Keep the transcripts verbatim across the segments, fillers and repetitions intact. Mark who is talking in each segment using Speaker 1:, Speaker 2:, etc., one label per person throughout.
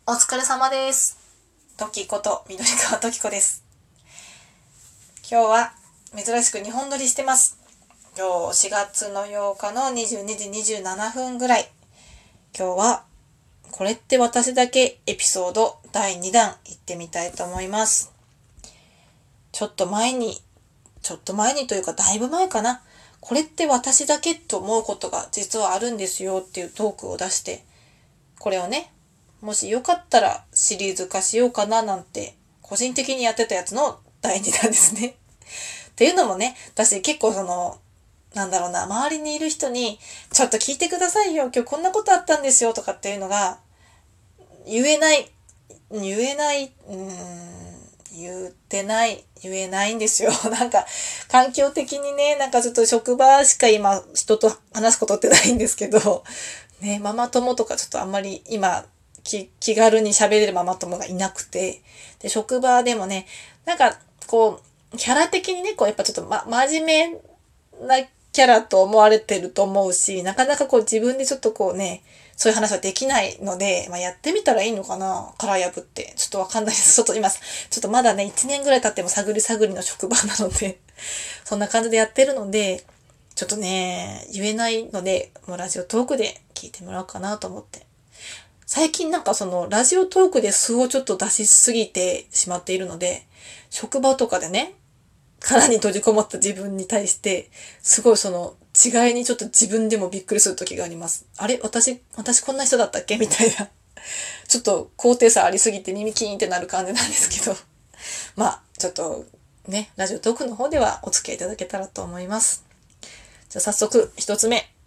Speaker 1: お疲れ様です。トキこと緑川トキコです。今日は珍しくにほん撮りしてます。今日しがつのようかのにじゅうにじにじゅうななふんぐらい。今日はこれって私だけエピソードだいにだん行ってみたいと思います。ちょっと前に、ちょっと前にというかだいぶ前かな。これって私だけと思うことが実はあるんですよっていうトークを出して、これをね、もしよかったらシリーズ化しようかななんて個人的にやってたやつのだいにだんですね。っていうのもね、私結構その、なんだろうな、周りにいる人にちょっと聞いてくださいよ、今日こんなことあったんですよとかっていうのが言えない、言えない、うーん、言ってない、言えないんですよ。なんか環境的にね、なんかちょっと職場しか今人と話すことってないんですけど、ね、ママ友とかちょっとあんまり今気、気軽に喋れるママ友がいなくて、で、職場でもね、なんか、こう、キャラ的にね、こう、やっぱちょっとま、真面目なキャラと思われてると思うし、なかなかこう自分でちょっとこうね、そういう話はできないので、まあ、やってみたらいいのかな、殻破って。ちょっとわかんないです。ちょっと今、ちょっとまだね、いちねんぐらい経っても探り探りの職場なので、そんな感じでやってるので、ちょっとね、言えないので、もうラジオトークで聞いてもらおうかなと思って。最近なんかそのラジオトークで素をちょっと出しすぎてしまっているので、職場とかでね、殻に閉じこもった自分に対して、すごいその違いにちょっと自分でもびっくりする時があります。あれ私、私こんな人だったっけみたいな。ちょっと高低差ありすぎて耳キーンってなる感じなんですけど。まあ、ちょっとね、ラジオトークの方ではお付き合いいただけたらと思います。じゃあ早速一つ目。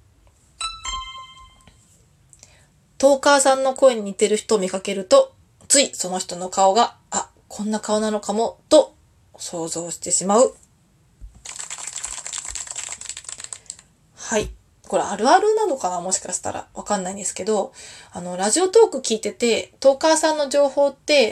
Speaker 1: トーカーさんの声に似てる人を見かけると、ついその人の顔が、あ、こんな顔なのかも、と想像してしまう。はい。これあるあるなのかなもしかしたら。わかんないんですけど、あの、ラジオトーク聞いてて、トーカーさんの情報って、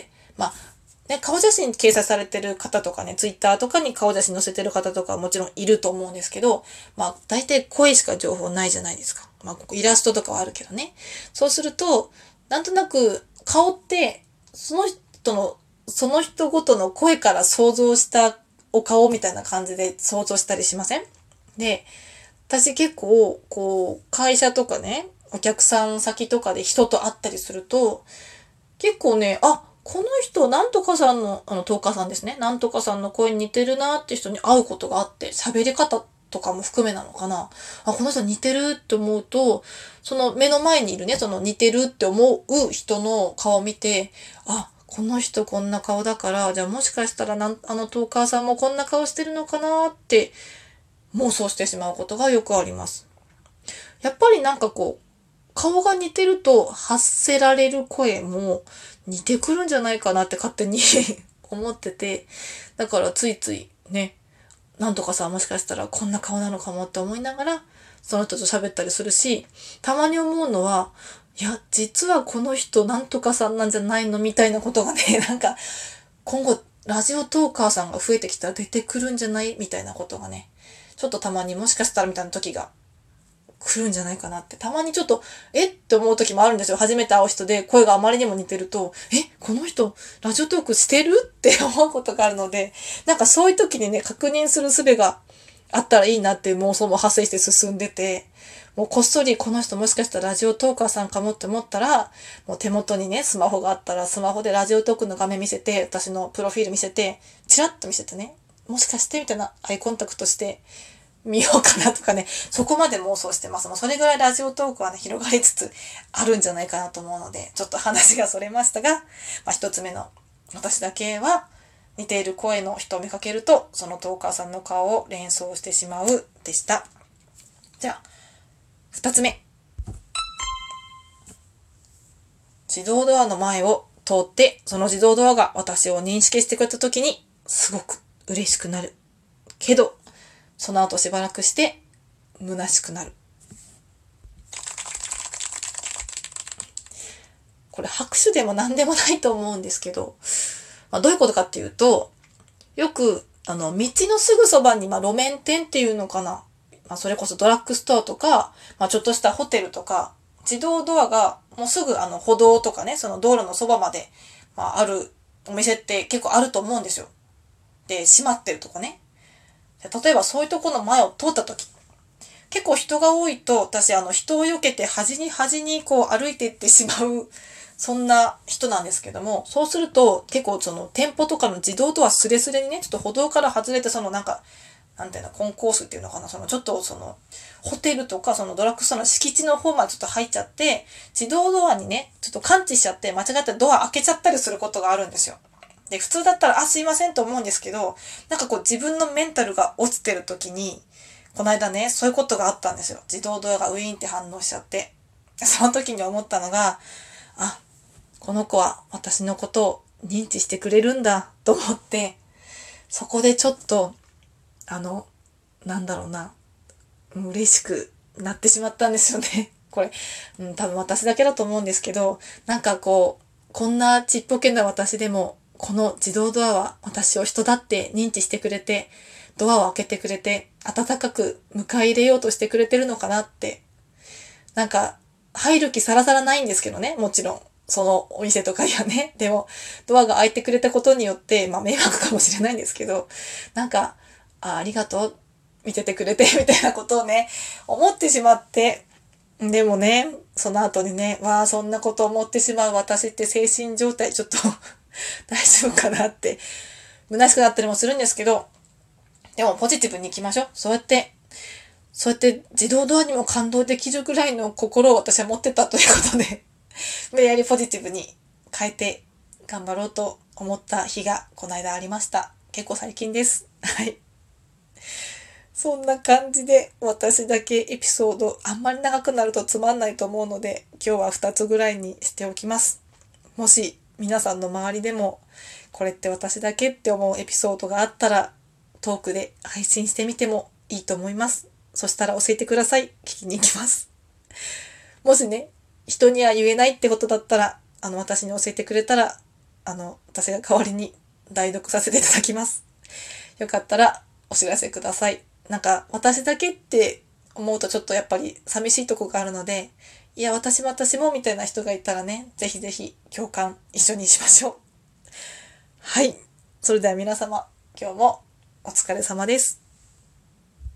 Speaker 1: まあ、ね、顔写真掲載されてる方とかね、ツイッターとかに顔写真載せてる方とかはもちろんいると思うんですけど、まあ、大体声しか情報ないじゃないですか。まあ、ここイラストとかはあるけどね。そうすると、なんとなく顔って、その人の、その人ごとの声から想像したお顔みたいな感じで想像したりしません？で、私結構、こう、会社とかね、お客さん先とかで人と会ったりすると、結構ね、あ、この人、なんとかさんの、あの、トーカーさんですね。なんとかさんの声に似てるなって人に会うことがあって、喋り方とかも含めなのかな。あ、この人似てるって思うと、その目の前にいるね、その似てるって思う人の顔を見て、あ、この人こんな顔だから、じゃあもしかしたらなん、あのトーカーさんもこんな顔してるのかなって妄想してしまうことがよくあります。やっぱりなんかこう、顔が似てると発せられる声も似てくるんじゃないかなって勝手に思ってて、だからついついね、なんとかさ、もしかしたらこんな顔なのかもって思いながら、その人と喋ったりするし、たまに思うのは、いや、実はこの人なんとかさんなんじゃないのみたいなことがね、なんか、今後、ラジオトーカーさんが増えてきたら出てくるんじゃないみたいなことがね、ちょっとたまにもしかしたらみたいな時が来るんじゃないかなって。たまにちょっと、えって思う時もあるんですよ。初めて会う人で声があまりにも似てると、えこの人、ラジオトークしてるって思うことがあるので、なんかそういう時にね、確認する術があったらいいなっていう妄想も発生して進んでて、もうこっそりこの人もしかしたらラジオトーカーさんかもって思ったら、もう手元にね、スマホがあったら、スマホでラジオトークの画面見せて、私のプロフィール見せて、チラッと見せてね、もしかしてみたいなアイコンタクトして、見ようかなとかね、そこまで妄想してます。もうそれぐらいラジオトークはね、広がりつつあるんじゃないかなと思うので、ちょっと話がそれましたが、まあ一つ目の私だけは似ている声の人を見かけると、そのトーカーさんの顔を連想してしまうでした。じゃあ、二つ目。自動ドアの前を通って、その自動ドアが私を認識してくれた時に、すごく嬉しくなる。けど、その後しばらくして虚しくなる。これ拍手でも何でもないと思うんですけど、まあ、どういうことかっていうと、よくあの道のすぐそばにまあ路面店っていうのかな、まあ、それこそドラッグストアとか、まあ、ちょっとしたホテルとか自動ドアがもうすぐあの歩道とかね、その道路のそばまで、まあ、あるお店って結構あると思うんですよ。で、閉まってるとこね。例えばそういうとこの前を通った時、結構人が多いと、私あの人を避けて端に端にこう歩いていってしまう、そんな人なんですけども、そうすると結構その店舗とかの自動ドアスレスレにね、ちょっと歩道から外れてそのなんか、なんていうの、コンコースっていうのかな、そのちょっとその、ホテルとかそのドラッグストアの敷地の方までちょっと入っちゃって、自動ドアにね、ちょっと感知しちゃって間違ってドア開けちゃったりすることがあるんですよ。で、普通だったら、あ、すいませんと思うんですけど、なんかこう自分のメンタルが落ちてる時に、この間ね、そういうことがあったんですよ。自動ドアがウィーンって反応しちゃって。その時に思ったのが、あ、この子は私のことを認知してくれるんだと思って、そこでちょっと、あの、なんだろうな、嬉しくなってしまったんですよね。これ、うん、多分私だけだと思うんですけど、なんかこう、こんなちっぽけな私でも、この自動ドアは私を人だって認知してくれて、ドアを開けてくれて、温かく迎え入れようとしてくれてるのかなって。なんか、入る気さらさらないんですけどね、もちろん。そのお店とかにはね。でも、ドアが開いてくれたことによって、まあ迷惑かもしれないんですけど、なんか、あ、ありがとう。見ててくれて、みたいなことをね、思ってしまって。でもね、その後にね、わあ、そんなこと思ってしまう私って精神状態ちょっと大丈夫かなって、虚しくなったりもするんですけど、でもポジティブに行きましょう。そうやって、そうやって自動ドアにも感動できるぐらいの心を私は持ってたということで、無理やりポジティブに変えて頑張ろうと思った日がこの間ありました。結構最近です。はい。そんな感じで私だけエピソードあんまり長くなるとつまんないと思うので、今日はふたつぐらいにしておきます。もし皆さんの周りでもこれって私だけって思うエピソードがあったらトークで配信してみてもいいと思います。そしたら教えてください。聞きに行きます。もしね、人には言えないってことだったら、あの私に教えてくれたら、あの私が代わりに代読させていただきます。よかったらお知らせください。なんか私だけって思うとちょっとやっぱり寂しいとこがあるので、いや私も私もみたいな人がいたらね、ぜひぜひ共感一緒にしましょう。はい。それでは皆様、今日もお疲れ様です。